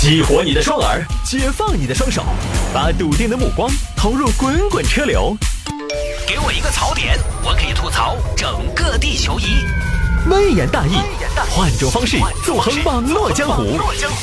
激活你的双耳，解放你的双手，把笃定的目光投入滚滚车流。给我一个槽点，我可以吐槽整个地球仪。微言大义，换种方式纵横网络江湖。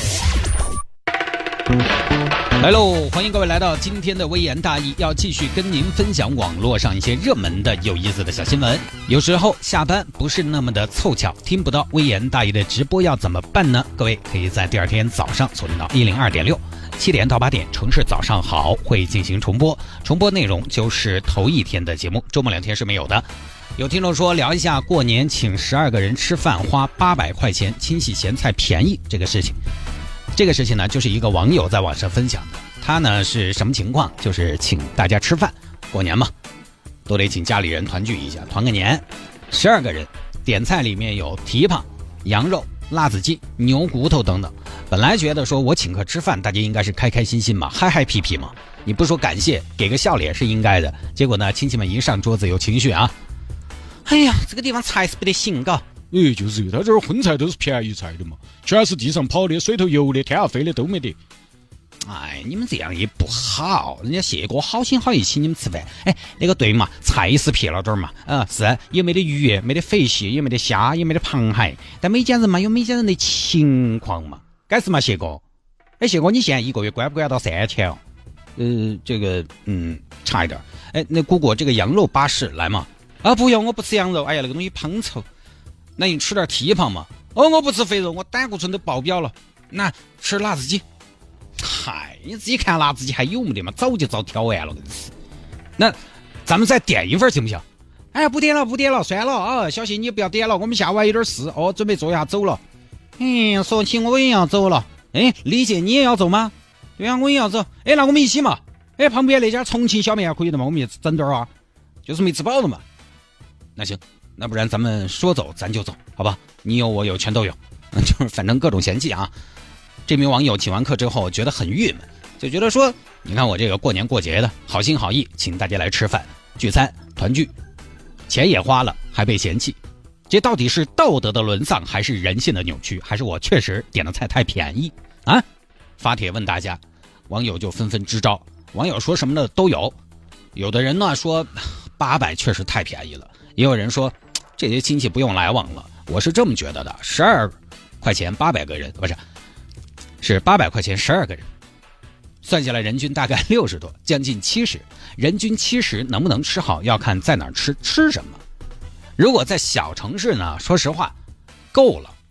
来喽，欢迎各位来到今天的微言大义，要继续跟您分享网络上一些热门的有意思的小新闻。有时候下班不是那么的凑巧，听不到微言大义的直播要怎么办呢？各位可以在第二天早上锁定到102.6，7点到8点城市早上好会进行重播，重播内容就是头一天的节目，周末2天是没有的。有听众说聊一下过年请12个人吃饭花800块钱，清洗咸菜便宜这个事情。这个事情呢，就是一个网友在网上分享的。他呢是什么情况？就是请大家吃饭，过年嘛，都得请家里人团聚一下，团个年。12个人，点菜里面有蹄膀、羊肉、辣子鸡、牛骨头等等。本来觉得说我请客吃饭，大家应该是开开心心嘛，嗨嗨皮皮嘛，你不说感谢，给个笑脸是应该的。结果呢，亲戚们一上桌子有情绪啊，哎呀，这个地方菜是不得行，嘎。 就是他这儿荤菜都是便宜菜的嘛，全是地上跑的、水头游的、天下飞的都没得。 哎，你们这样也不好，人家谢哥好心好意请你们吃饭。哎，那个对嘛，菜是撇了点嘛，是也没得鱼，没得肥蟹，也没得虾，也没得螃蟹，但每家人嘛有每家人的情况嘛，该是嘛，谢哥。哎，谢哥，你现在一个月关不关到3000哦？这个差一点。哎，那姑姑这个羊肉80来嘛？啊，不用，我不吃羊肉。哎呀，那个东西胖臭。那你吃点蹄膀嘛？哦，我不吃肥肉，我胆固醇都爆表了。那吃辣子鸡。嗨，你自己看辣子鸡还有没得嘛？早就早挑完了，真是。那咱们再点一份行不行？哎，不点了，算了啊！小新你不要点了，我们下午还有点事哦，准备坐一下走了。说起我也要走了。哎，李姐你也要走吗？对啊，我也要走。哎，那我们一起嘛。哎，旁边那家重庆小面可以的嘛？我们也整点啊，就是没吃饱的嘛。那行。那不然咱们说走咱就走，好吧？你有我有全都有，就是反正各种嫌弃啊。这名网友请完客之后觉得很郁闷，就觉得说，你看我这个过年过节的好心好意，请大家来吃饭聚餐团聚，钱也花了还被嫌弃，这到底是道德的沦丧，还是人性的扭曲，还是我确实点的菜太便宜啊？发帖问大家，网友就纷纷支招。网友说什么的都有，有的人呢说800确实太便宜了，也有人说这些亲戚不用来往了。我是这么觉得的，12块钱800个人，不是800块钱12个人，算下来人均大概60多，将近70。人均70能不能吃好，要看在哪儿吃什么。如果在小城市呢，说实话，够了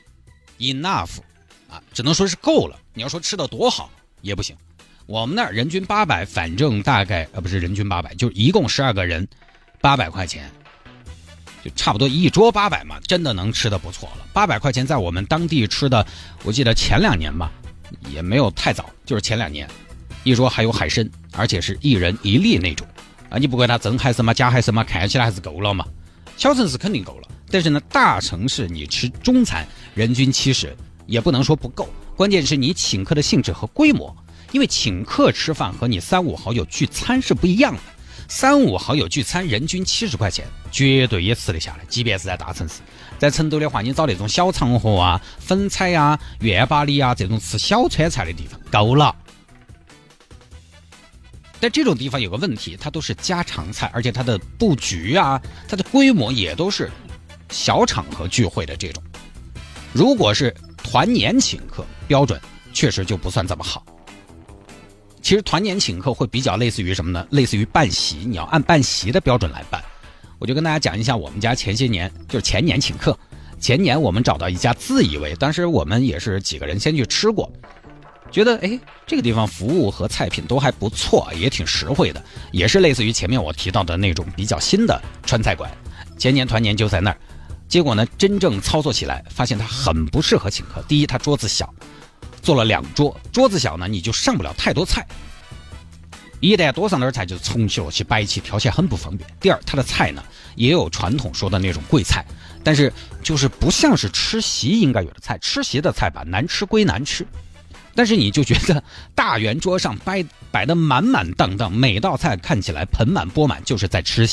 ，enough 啊，只能说是够了。你要说吃的多好也不行。我们那儿人均800，反正大概不是人均800，就一共12个人，800块钱。就差不多一桌800嘛，真的能吃的不错了。800块钱在我们当地吃的，我记得前2年吧，也没有太早，就是前2年，一桌还有海参，而且是1人1粒那种啊。你不管它增海参嘛、加海参嘛，看起来还是够了嘛。小城市肯定够了，但是呢，大城市你吃中餐，人均70也不能说不够，关键是你请客的性质和规模，因为请客吃饭和你3、5好友聚餐是不一样的。3、5好友聚餐，人均70块钱，绝对也吃得下来。即便是在大城市，在成都的话，你找那种小场合啊、粉菜啊、院坝里啊这种吃小川菜的地方，够了。但这种地方有个问题，它都是家常菜，而且它的布局啊、它的规模也都是小场合聚会的这种。如果是团年请客，标准确实就不算这么好。其实团年请客会比较类似于什么呢？类似于办席，你要按办席的标准来办。我就跟大家讲一下我们家前些年，就是前年请客。前年我们找到一家自以为，当时我们也是几个人先去吃过，觉得这个地方服务和菜品都还不错，也挺实惠的，也是类似于前面我提到的那种比较新的川菜馆。前年团年就在那儿，结果呢，真正操作起来发现它很不适合请客。第一，它桌子小。做了2桌，桌子小呢，你就上不了太多菜。一旦多上点菜，就重起去摆起，挑起来很不方便。第二，它的菜呢也有传统说的那种贵菜，但是就是不像是吃席应该有的菜。吃席的菜吧，难吃归难吃，但是你就觉得大圆桌上摆得满满当当，每道菜看起来盆满钵满，就是在吃席。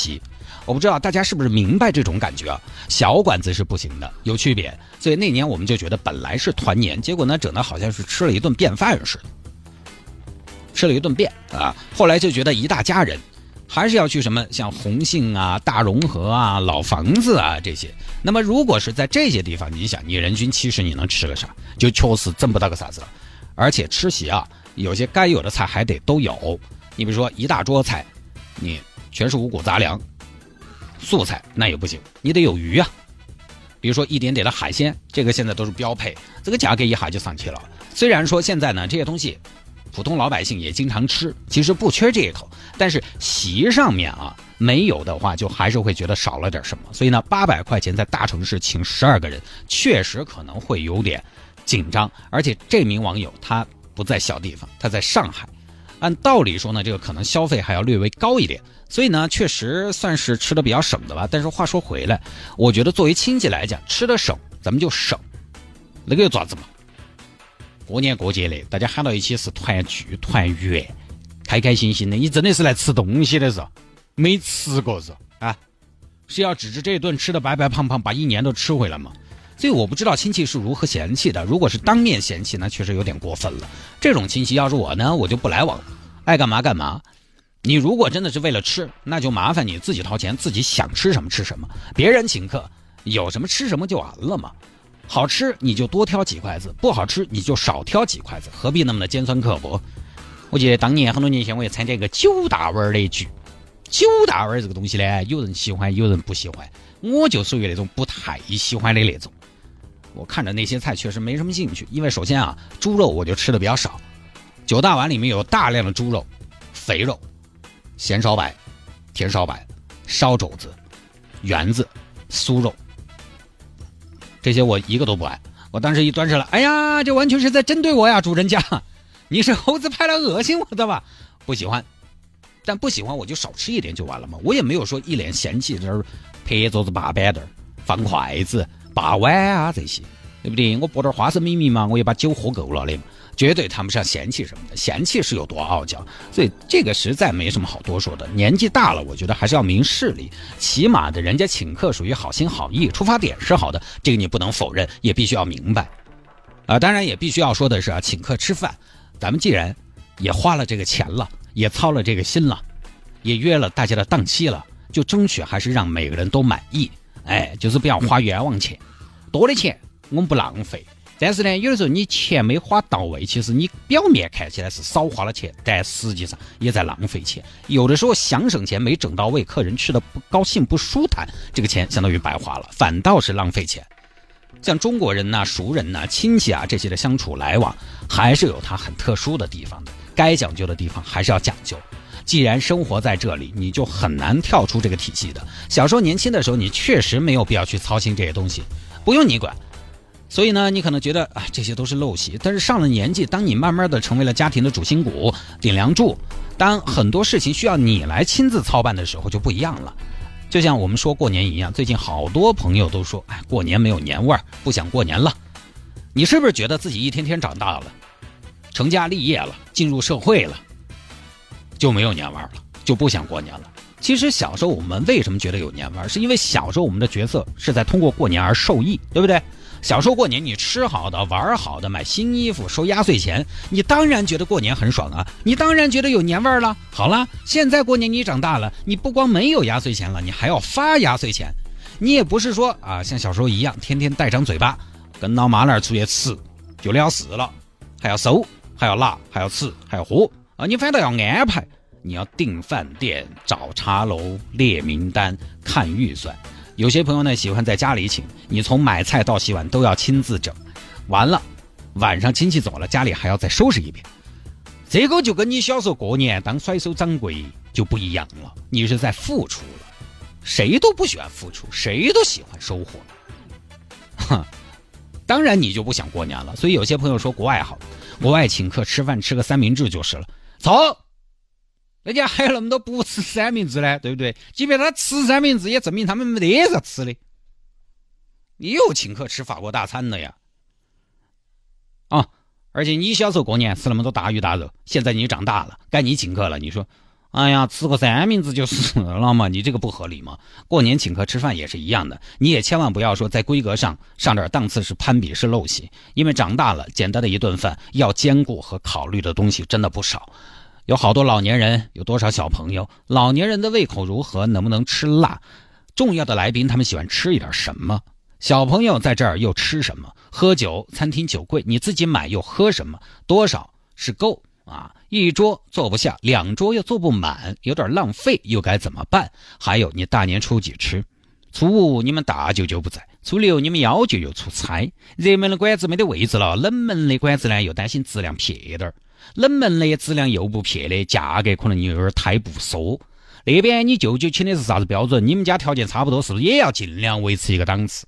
我不知道大家是不是明白这种感觉啊？小馆子是不行的，有区别。所以那年我们就觉得本来是团年，结果呢整的好像是吃了一顿便饭似的，吃了一顿便啊。后来就觉得一大家人还是要去什么像红杏啊、大融合啊、老房子啊这些。那么如果是在这些地方，你想你人均70你能吃个啥？就确实挣不到个啥子了。而且吃席啊，有些该有的菜还得都有。你比如说一大桌菜，你全是五谷杂粮，素菜那也不行，你得有鱼啊。比如说一点点的海鲜，这个现在都是标配，这个价格一下就上去了。虽然说现在呢这些东西普通老百姓也经常吃，其实不缺这一口，但是席上面啊没有的话，就还是会觉得少了点什么。所以呢，800块钱在大城市请12个人，确实可能会有点紧张。而且这名网友他不在小地方，他在上海，按道理说呢，这个可能消费还要略微高一点，所以呢，确实算是吃的比较省的吧。但是话说回来，我觉得作为亲戚来讲，吃的省，咱们就省，那个有爪子嘛。过年过节的，大家喊到一起是团聚团圆，开开心心的。你真的是来吃东西的是，没吃过是啊，是要指着这一顿吃的白白胖胖，把一年都吃回来吗？所以我不知道亲戚是如何嫌弃的。如果是当面嫌弃，那确实有点过分了。这种亲戚要是我呢，我就不来往，爱干嘛干嘛。你如果真的是为了吃，那就麻烦你自己掏钱，自己想吃什么吃什么，别人请客有什么吃什么就完了嘛。好吃你就多挑几筷子，不好吃你就少挑几筷子，何必那么的尖酸刻薄？我记得当年很多年前我也参加一个9大碗的局。9大碗这个东西呢，有人喜欢有人不喜欢，我就属于那种不太喜欢的那种。我看着那些菜确实没什么兴趣，因为首先啊，猪肉我就吃的比较少。9大碗里面有大量的猪肉、肥肉、咸烧白、甜烧白、烧肘子、圆子、酥肉，这些我一个都不爱。我当时一端上来，哎呀，这完全是在针对我呀，主人家，你是猴子派来恶心我的吧？不喜欢，但不喜欢我就少吃一点就完了嘛。我也没有说一脸嫌弃，这拍桌子把板凳、放筷子、把碗啊这些，对不对？我拨点花生米嘛，我也把酒喝够了的嘛。绝对谈不上嫌弃什么的，嫌弃是有多傲娇，所以这个实在没什么好多说的。年纪大了，我觉得还是要明事理，起码的人家请客属于好心好意，出发点是好的，这个你不能否认，也必须要明白。当然也必须要说的是啊，请客吃饭，咱们既然也花了这个钱了，也操了这个心了，也约了大家的档期了，就争取还是让每个人都满意。就是不要花冤枉钱，多的钱我们不浪费。但是呢，有的时候你钱没花到位，其实你表面看起来是少花了钱，但实际上也在浪费钱。有的时候想省钱没整到位，客人吃的不高兴不舒坦，这个钱相当于白花了，反倒是浪费钱。像中国人呐、熟人呐、亲戚啊这些的相处来往，还是有它很特殊的地方的，该讲究的地方还是要讲究。既然生活在这里，你就很难跳出这个体系的。小时候年轻的时候，你确实没有必要去操心这些东西，不用你管。所以呢，你可能觉得啊，这些都是陋习。但是上了年纪，当你慢慢的成为了家庭的主心骨、顶梁柱，当很多事情需要你来亲自操办的时候，就不一样了。就像我们说过年一样，最近好多朋友都说，过年没有年味儿，不想过年了。你是不是觉得自己一天天长大了，成家立业了，进入社会了，就没有年味儿了，就不想过年了？其实小时候我们为什么觉得有年味儿，是因为小时候我们的角色是在通过过年而受益，对不对？小时候过年你吃好的玩好的买新衣服收压岁钱，你当然觉得过年很爽啊，你当然觉得有年味儿了。好了，现在过年你长大了，你不光没有压岁钱了，你还要发压岁钱。你也不是说像小时候一样天天带张嘴巴跟老妈那儿出去吃就了事了，还要收还要拿还要吃还要喝你反倒要安排，你要订饭店找茶楼列名单看预算。有些朋友呢喜欢在家里请，你从买菜到洗碗都要亲自整，完了晚上亲戚走了，家里还要再收拾一遍。这个就跟你小时候过年当甩手掌柜就不一样了，你是在付出了。谁都不喜欢付出，谁都喜欢收获。当然你就不想过年了。所以有些朋友说国外好，国外请客吃饭吃个三明治就是了。走，人家还有那么多不吃三明治呢，对不对？即便他吃三明治，也证明他们没得啥吃的。你有请客吃法国大餐的呀？而且你小时候过年吃那么多大鱼大肉，现在你长大了，该你请客了，你说哎呀，吃个三明治就死了嘛，你这个不合理嘛。过年请客吃饭也是一样的，你也千万不要说在规格上点档次是攀比是陋习，因为长大了，简单的一顿饭要兼顾和考虑的东西真的不少。有好多老年人，有多少小朋友，老年人的胃口如何，能不能吃辣，重要的来宾他们喜欢吃一点什么，小朋友在这儿又吃什么，喝酒餐厅酒贵，你自己买又喝什么，多少是够啊？一桌坐不下，2桌又坐不满，有点浪费，又该怎么办？还有你大年初几吃，初5你们大舅舅不在，初6你们幺舅舅出差，热门的馆子没得位置了，冷门的馆子呢又担心质量撇点儿，冷门的质量又不撇的，价格可能有点太不缩。那边你舅舅请的是啥子标准？你们家条件差不多，是不是也要尽量维持一个档次？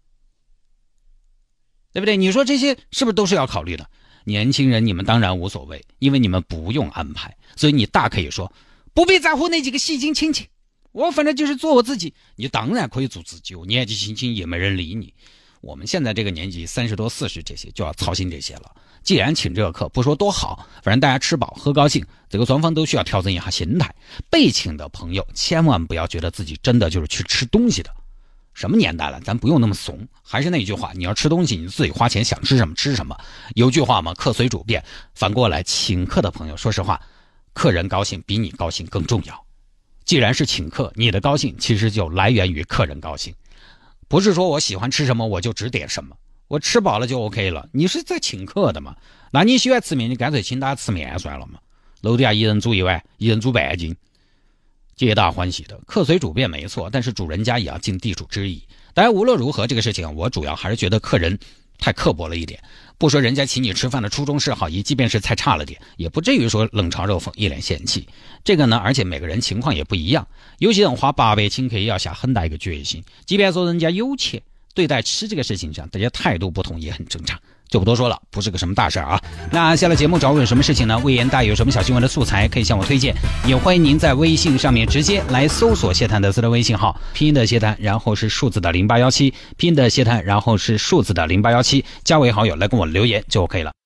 对不对？你说这些是不是都是要考虑的？年轻人你们当然无所谓，因为你们不用安排，所以你大可以说不必在乎那几个戏精亲戚，我反正就是做我自己。你当然可以做自己，我年纪轻轻也没人理你。我们现在这个年纪30多40这些就要操心这些了。既然请这个客，不说多好，反正大家吃饱喝高兴，这个双方都需要调整一下心态。被请的朋友千万不要觉得自己真的就是去吃东西的。什么年代了，咱不用那么怂。还是那句话，你要吃东西，你自己花钱，想吃什么吃什么。有句话嘛，客随主便。反过来，请客的朋友，说实话，客人高兴比你高兴更重要。既然是请客，你的高兴其实就来源于客人高兴，不是说我喜欢吃什么我就只点什么，我吃饱了就 OK 了。你是在请客的嘛？那你喜欢吃面，你干脆请大家吃面算了嘛。楼底下一人煮1碗，一人煮半斤，皆大欢喜的。客随主便没错，但是主人家也要尽地主之谊。当然无论如何，这个事情我主要还是觉得客人太刻薄了一点。不说人家请你吃饭的初衷是好意，即便是菜差了点，也不至于说冷嘲热讽一脸嫌弃。这个呢，而且每个人情况也不一样，有些人花800请客也要下很大一个决心，即便说人家有钱，对待吃这个事情上大家态度不同也很正常，就不多说了，不是个什么大事啊。那下了节目找我有什么事情呢？魏延大有什么小新闻的素材可以向我推荐，也欢迎您在微信上面直接来搜索谢探的私人微信号，拼音的谢探，然后是数字的0817，拼音的谢探，然后是数字的0817，加为好友来跟我留言就 OK 了。